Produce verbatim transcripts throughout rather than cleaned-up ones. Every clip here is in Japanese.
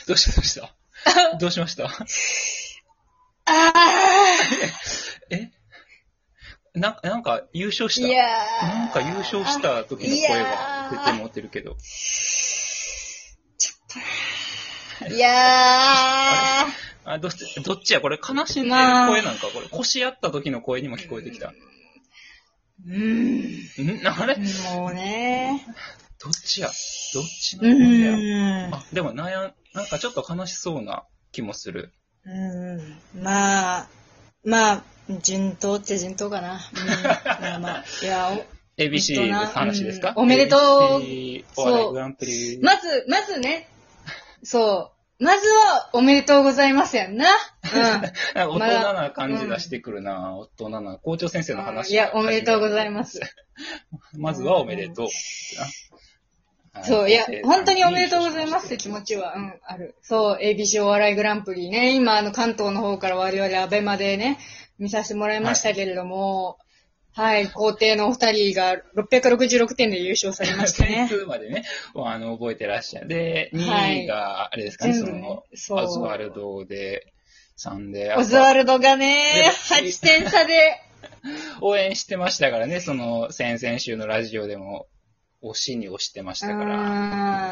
どうしたどうしたどうしましたあえな、なんか優勝した。 いやー。 なんか優勝した時の声が出て持ってるけど。 ちょっと。いやー。 あどっち、どっちやこれ悲しんでる声なんか、まあ、これ腰やった時の声にも聞こえてきた。 うーん。 んあれもうね。 どっちやどっちの声やうーん。 あ、でも悩ん、なんかちょっと悲しそうな気もする。 うーん。まあ、まあ、順当っちゃ順当かな。うん。まあまあ。いや、 エービーシー の話ですか、 うん、おめでとう。 エービーシー お笑いグランプリ。 まず、まずね、そう。まずは、おめでとうございますやんな。うん。 大人な感じ出してくるな、ま、大人な。校長先生の話。 いや、おめでとうございます。 まずはおめでとう。 うん、そう、いや、本当におめでとうございますって気持ちは、うん、ある。そう、エービーシー お笑いグランプリね。今、あの、関東の方から我々、アベマでね、見させてもらいましたけれども、はい、はい、校庭のお二人がろっぴゃくろくじゅうろくてんで優勝されましたね。 点数までね、あの、覚えてらっしゃる。で、にいが、あれですかね、はい、その、そうオズワルドで、さんで。 オズワルドがね、はちてん差で。 応援してましたからね、その、先々週のラジオでも、推しに推してましたから。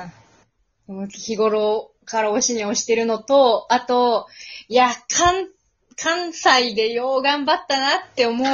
日頃から推しに推してるのと、あと、いや、関、関西でよう頑張ったなって思う。うん、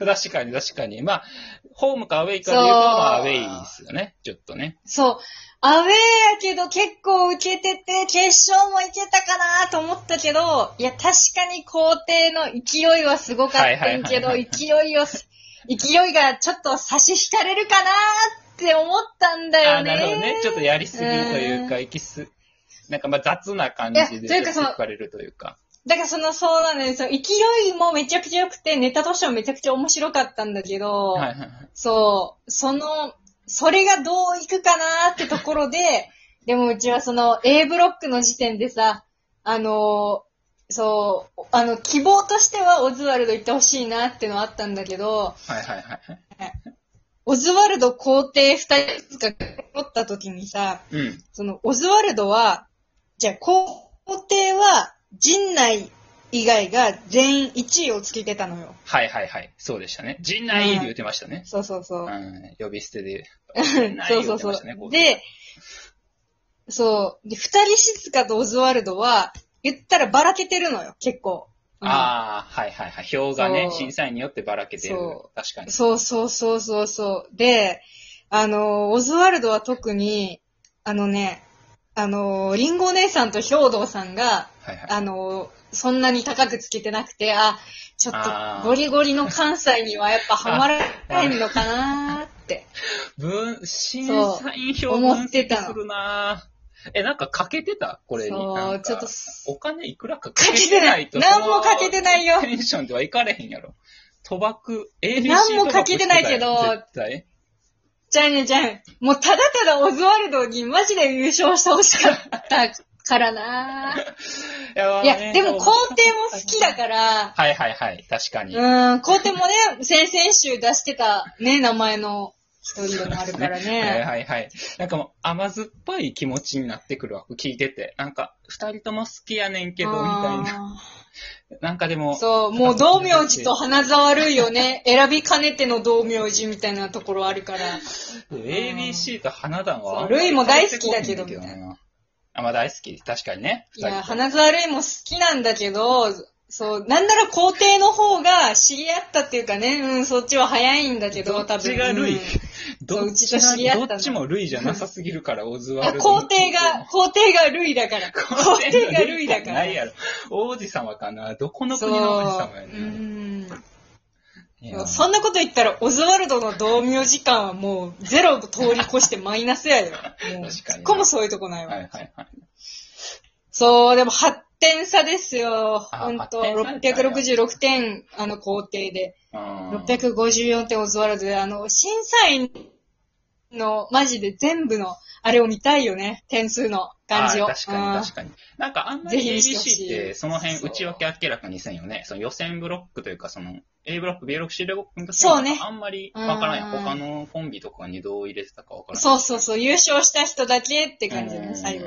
確かに確かに。まあ、ホームかアウェイかで言うと、まあ、アウェイですよね。ちょっとね。 そう。アウェイやけど結構受けてて、決勝もいけたかなと思ったけど、いや、確かに校庭の勢いはすごかったんけど、勢いを、勢いがちょっと差し引かれるかなって思ったんだよね。 あ、なるほどね。ちょっとやりすぎるというか、いきす、なんかまあ雑な感じで引かれるというか。 だからその、そうなんですよ。勢いもめちゃくちゃ良くて、ネタとしてもめちゃくちゃ面白かったんだけど、はいはいはい、そう、その、それがどういくかなってところで、でもうちはその A ブロックの時点でさ、あの、そう、あの、希望としてはオズワルド行ってほしいなってのはあったんだけど、 はいはいはい。 オズワルド皇帝二人が取った時にさ、うん、そのオズワルドは、じゃあ皇帝は陣内以外が全員いちいをつけてたのよ。 はいはいはい。そうでしたね。陣内って言ってましたね。 うん、そうそうそう。 うん、呼び捨てで。 そうそうそう。で、そう。で、二人静かとオズワルドは、言ったらばらけてるのよ、結構。 うん、ああ、はいはいはい。票がね、審査員によってばらけてる。確かに。 そうそうそうそうそう。で、あの、オズワルドは特に、あのね、あの、リンゴお姉さんと兵道さんが、はいはい、あの、そんなに高くつけてなくて、あ、ちょっとゴリゴリの関西にはやっぱハマらないのかなーって。 分、審査員票分析するなー。え、なんかかけてたこれに。そう、ちょっと。お金いくらかかけてないと。 何もかけてないよ。 テンションではいかれへんやろ。賭博、エービーシー何もかけてないけど、絶対。じゃあね、じゃあね、もうただただオズワルドにマジで優勝してほしかったからなぁ。いや、いやでも皇帝も好きだから。 はいはいはい、確かに。 うん、皇帝もね、先々週出してたね、名前の。一人でもあるからね。 はいはいはい。なんかもう甘酸っぱい気持ちになってくるわ。聞いてて。なんか、二人とも好きやねんけど、みたいな。なんかでも。 そう、もう道明寺と花沢類よね。選びかねての道明寺みたいなところあるから。 エービーシー と花壇は。 類も大好きだけど、みたいな。 あ、まあ大好き。確かにね。 いや、花沢類も好きなんだけど、そう、なんなら皇帝の方が知り合ったっていうかね、うん、そっちは早いんだけど、多分。 どっちがルイ、うん、 どっちと知り合ったどっちもルイじゃなさすぎるから、オズワルド。 皇帝が、皇帝がルイだから。皇帝がルイだから。 ないやろ。王子様かな。どこの国の王子様やねん。 うん、そんなこと言ったら、オズワルドの道明寺間はもうゼロ通り越してマイナスやよ。もう、そこもそういうとこないわ。はいはいはい。そう、でもはちてん差ですよ。ほんと、ろっぴゃくろくじゅうろくてん、あの、皇帝で。ろっぴゃくごじゅうよんてんオズワルドで、あの、審査員の、マジで全部の、あれを見たいよね。点数の感じを。 確かに確かに。なんかあんまり エービーシー ってその辺内訳明らかにせんよね。その予選ブロックというか、その A ブロック、B ブロック、C ブロックの時はあんまりわからない。他のコンビとかにどう入れてたかわからない。 そうそうそう、優勝した人だけって感じね、最後に。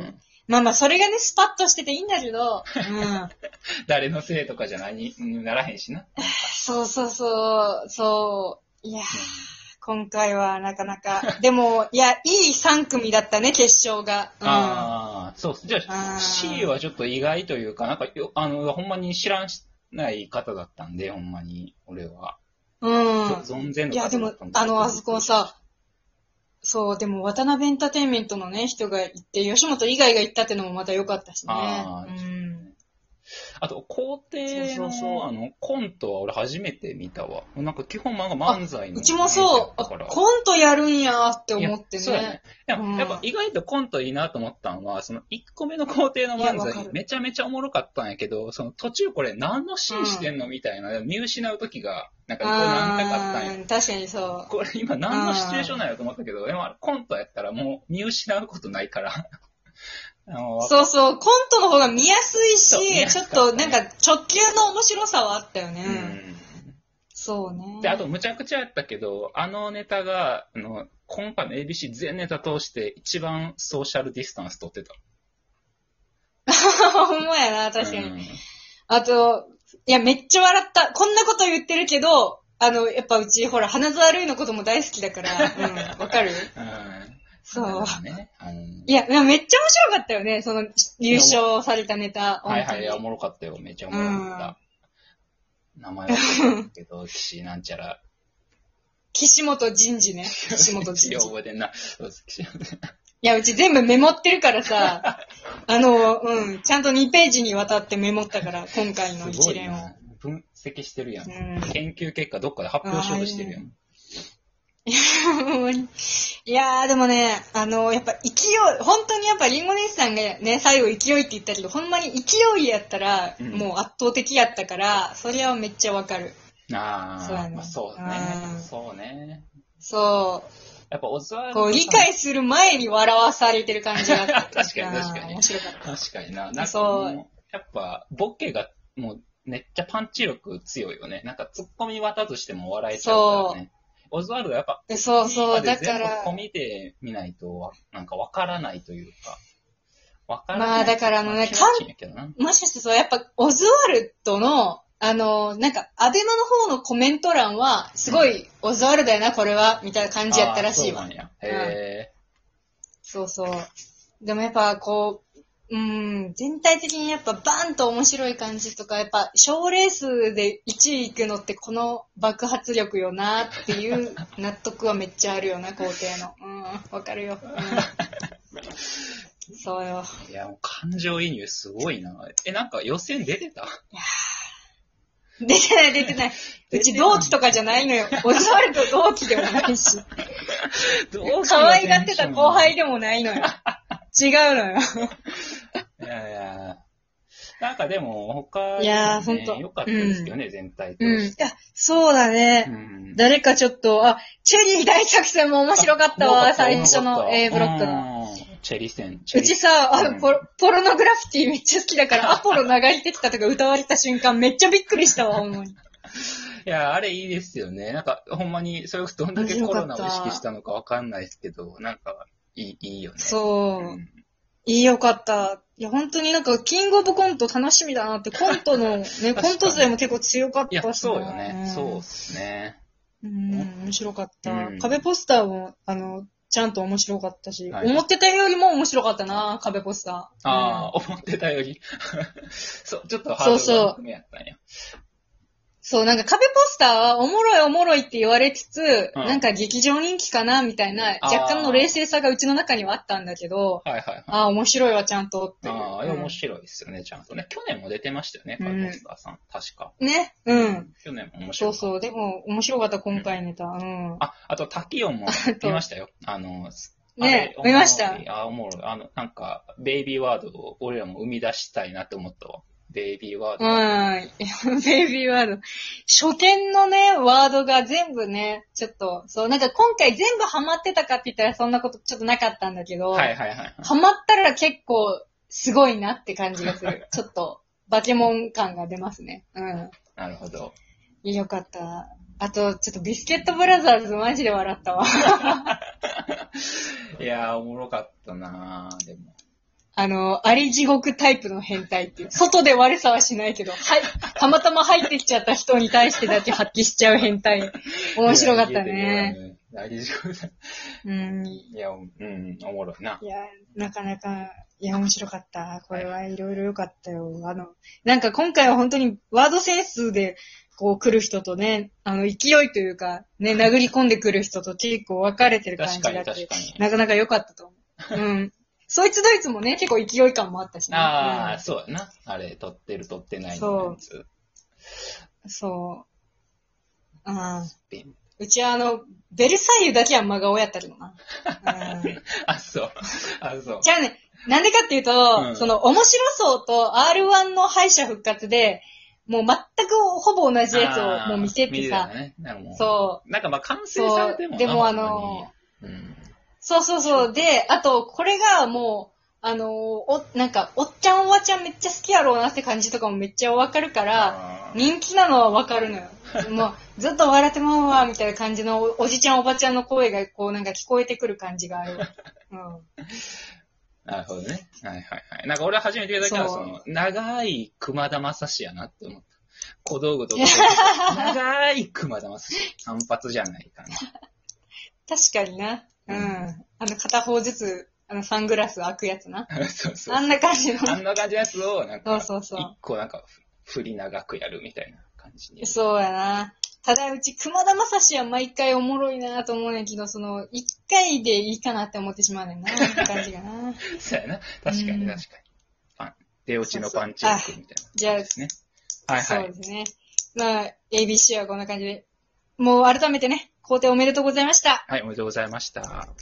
まあまあ、それがね、スパッとしてていいんだけど、うん。 誰のせいとかじゃ何にならへんしな。 そうそうそう、そう。いやー、うん、今回はなかなか。でも、いや、いいさん組だったね、決勝が。うん、 ああ、そう。じゃあ、C はちょっと意外というか、なんか、あの、ほんまに知らない方だったんで、ほんまに、俺は。 うん。 存然の方だったんだ。いや、でも、あの、あそこさ、そう、でも渡辺エンターテインメントのね、人が行って、吉本以外が行ったってのもまた良かったしね。あ, うん、 あと、皇帝の、そうそうそうあの、コントは俺初めて見たわ。なんか基本漫画漫才の。 うちもそう、あ、コントやるんやって思ってね。そうやね。 や, うん、やっぱ意外とコントいいなと思ったのは、そのいっこめの皇帝の漫才めちゃめちゃおもろかったんやけど、その途中これ何のシーンしてんのみたいな、見失う時が、なんかこう何回かあったんや。 確かにそう。 これ今何のシチュエーションなんやと思ったけど、でもコントやったらもう見失うことないから。 そうそう、コントの方が見やすいし、ね、ちょっとなんか直球の面白さはあったよね。うん、そうね。 で、あとむちゃくちゃやったけど、あのネタが、あの、今回の エービーシー 全ネタ通して一番ソーシャルディスタンス取ってた。 ほんまやな、確かに。うん、あと、いや、めっちゃ笑った。こんなこと言ってるけど、あの、やっぱうち、ほら、花沢類のことも大好きだから、うん、わかる、うんそう。ね、あのー、いや、めっちゃ面白かったよね、その、優勝されたネタ。 はいはい、おもろかったよ、めっちゃおもろかった。うん、名前は覚えてるけど、岸なんちゃら。 岸本人事ね。岸本人事。 覚えてんな。 いや、うち全部メモってるからさ、あの、うん、ちゃんとにページにわたってメモったから、今回の一連を。 分析してるやん。うん、研究結果どっかで発表しようとしてるやん。 いやー、でもね、あのー、やっぱ勢い、本当にやっぱリンゴ姉さんがね、最後勢いって言ったけど、ほんまに勢いやったら、うん、もう圧倒的やったから、それはめっちゃわかる。 ああ、そうね。まあ、そうね。そうね。 そう。 やっぱオズワルドこう理解する前に笑わされてる感じがあって。 確かに確かに。 面白かった。 確かにな。なんかもう、やっぱボケがもうめっちゃパンチ力強いよね。なんか突っ込み渡ずしても笑えちゃうからね。オズワルドやっぱ、 そうそう、だから。 込みで見ないと、なんかわからないというか。わからない。 まあだからあのね、かん、もしかしてそう、やっぱオズワルドの、あの、なんか、アベマの方のコメント欄は、すごい、オズワルドやな、これは、みたいな感じやったらしいわ。そうなんや。へー。そうそう。でもやっぱ、こう、うん、全体的にやっぱバーンと面白い感じとか、やっぱ賞レースでいちい行くのってこの爆発力よなっていう納得はめっちゃあるよな、皇帝の。うん、わかるよ。うん、そうよ。 いや、もう感情移入すごいな。え、なんか予選出てた？いや出てない出てない。うち同期とかじゃないのよ。オズワルド同期でもないし。可愛がってた後輩でもないのよ。違うのよ。 いやいや。なんかでも、他、 ね、いやー、ほんと。 良かったですけどね、うん、全体として。 うん。いや、そうだね。うん、誰かちょっと、あ、チェリー大作戦も面白かったわ、最初の A ブロックの。 チェリ戦。 うちさ、あの、ポロ、ポロノグラフィティめっちゃ好きだから、アポロ流れてきたとか歌われた瞬間めっちゃびっくりしたわ、ほんまに。 いや、あれいいですよね。なんか、ほんまに、それこそどんだけコロナを意識したのかわかんないですけど、なんか、いい、いいよね。 そう。うん、いいよかった。いや、本当になんか、キングオブコント楽しみだなって、コントのね、コント勢も結構強かったし、ね。 いや、そうよね。そうっすね。 うん、面白かった。うん、壁ポスターも、あの、ちゃんと面白かったし、はい、思ってたよりも面白かったな、壁ポスター。ああ、うん、思ってたより。そう、ちょっとハードルが低めやったんや。そうそうそう、なんか壁ポスターはおもろいおもろいって言われつつ、うん、なんか劇場人気かなみたいな若干の冷静さがうちの中にはあったんだけど、 はいはいはい、 ああ、面白いわ、ちゃんとっていう。 ああ、うん、面白いですよね、ちゃんとね。去年も出てましたよね、壁ポスターさん。うん、確か。 ね、うん。 去年も面白い。 そうそう、でも面白かった、今回ネタ。うん。 あ、あと、タキヨンも見ましたよ。あの、 ね、見ました。 あ、おもろい。あの、なんか、ベイビーワードを俺らも生み出したいなって思ったわ。ベイビーワード。 うん。ベイビーワード。初見のね、ワードが全部ね、ちょっと、そう、なんか今回全部ハマってたかって言ったらそんなことちょっとなかったんだけど、 はいはいはい、はい。 ハマったら結構すごいなって感じがする。ちょっと、バケモン感が出ますね。うん。 なるほど。 よかった。あと、ちょっとビスケットブラザーズマジで笑ったわ。 いやー、おもろかったなー、でも。 あの、あり地獄タイプの変態っていう。外で悪さはしないけど、はい、たまたま入ってきちゃった人に対してだけ発揮しちゃう変態。面白かったね。 あり地獄だ。 うん。 いや、うん、おもろいな。 いや、なかなか、いや、面白かった。これはいろいろ良かったよ。あの、なんか今回は本当にワードセンスで、こう来る人とね、あの、勢いというか、ね、殴り込んでくる人と結構分かれてる感じがあって、なかなか良かったと思う。うん。そいつどいつもね、結構勢い感もあったしね。 ああ、うん、そうやな。あれ、撮ってる撮ってないのやつ。 そう。そう。ああ。うちはあの、ベルサイユだけは真顔やったけどな。 うん、あ、そう。あ、そう。 じゃあね、なんでかっていうと、うん、その、面白そうと アールワン の敗者復活で、もう全くほぼ同じやつをもう見せてさ。 ね、 そう。 なんかまあ完成されてもでもあの、うん、そうそうそう。で、あと、これがもう、あの、お、なんか、おっちゃんおばちゃんめっちゃ好きやろうなって感じとかもめっちゃわかるから、人気なのはわかるのよ。もう、ずっと笑ってまうわ、みたいな感じのお、おじちゃんおばちゃんの声がこうなんか聞こえてくる感じがある。うん。 なるほどね。はいはいはい。なんか俺初めて見た時はその、長い熊田正史やなって思った。小道具とか。長い熊田正史。散髪じゃないかな。 確かにな。うん。うん、あの片方ずつ、あのサングラス開くやつな。 そうそう。 あんな感じの。 あんな感じのやつを、なんか、 そうそうそう。 一個なんか、振り長くやるみたいな感じに。 そうやな。ただ、うち、熊田正史は毎回おもろいなと思うねんけど、その、一回でいいかなって思ってしまうねんな、感じがな。 そうやな。確かに確かに。パン。出落ちのパンチ力みたいな、ね。 じゃあ、 ですね。はいはい。 そうですね。まあ、エービーシー はこんな感じで。もう改めてね、肯定おめでとうございました。 はい、おめでとうございました。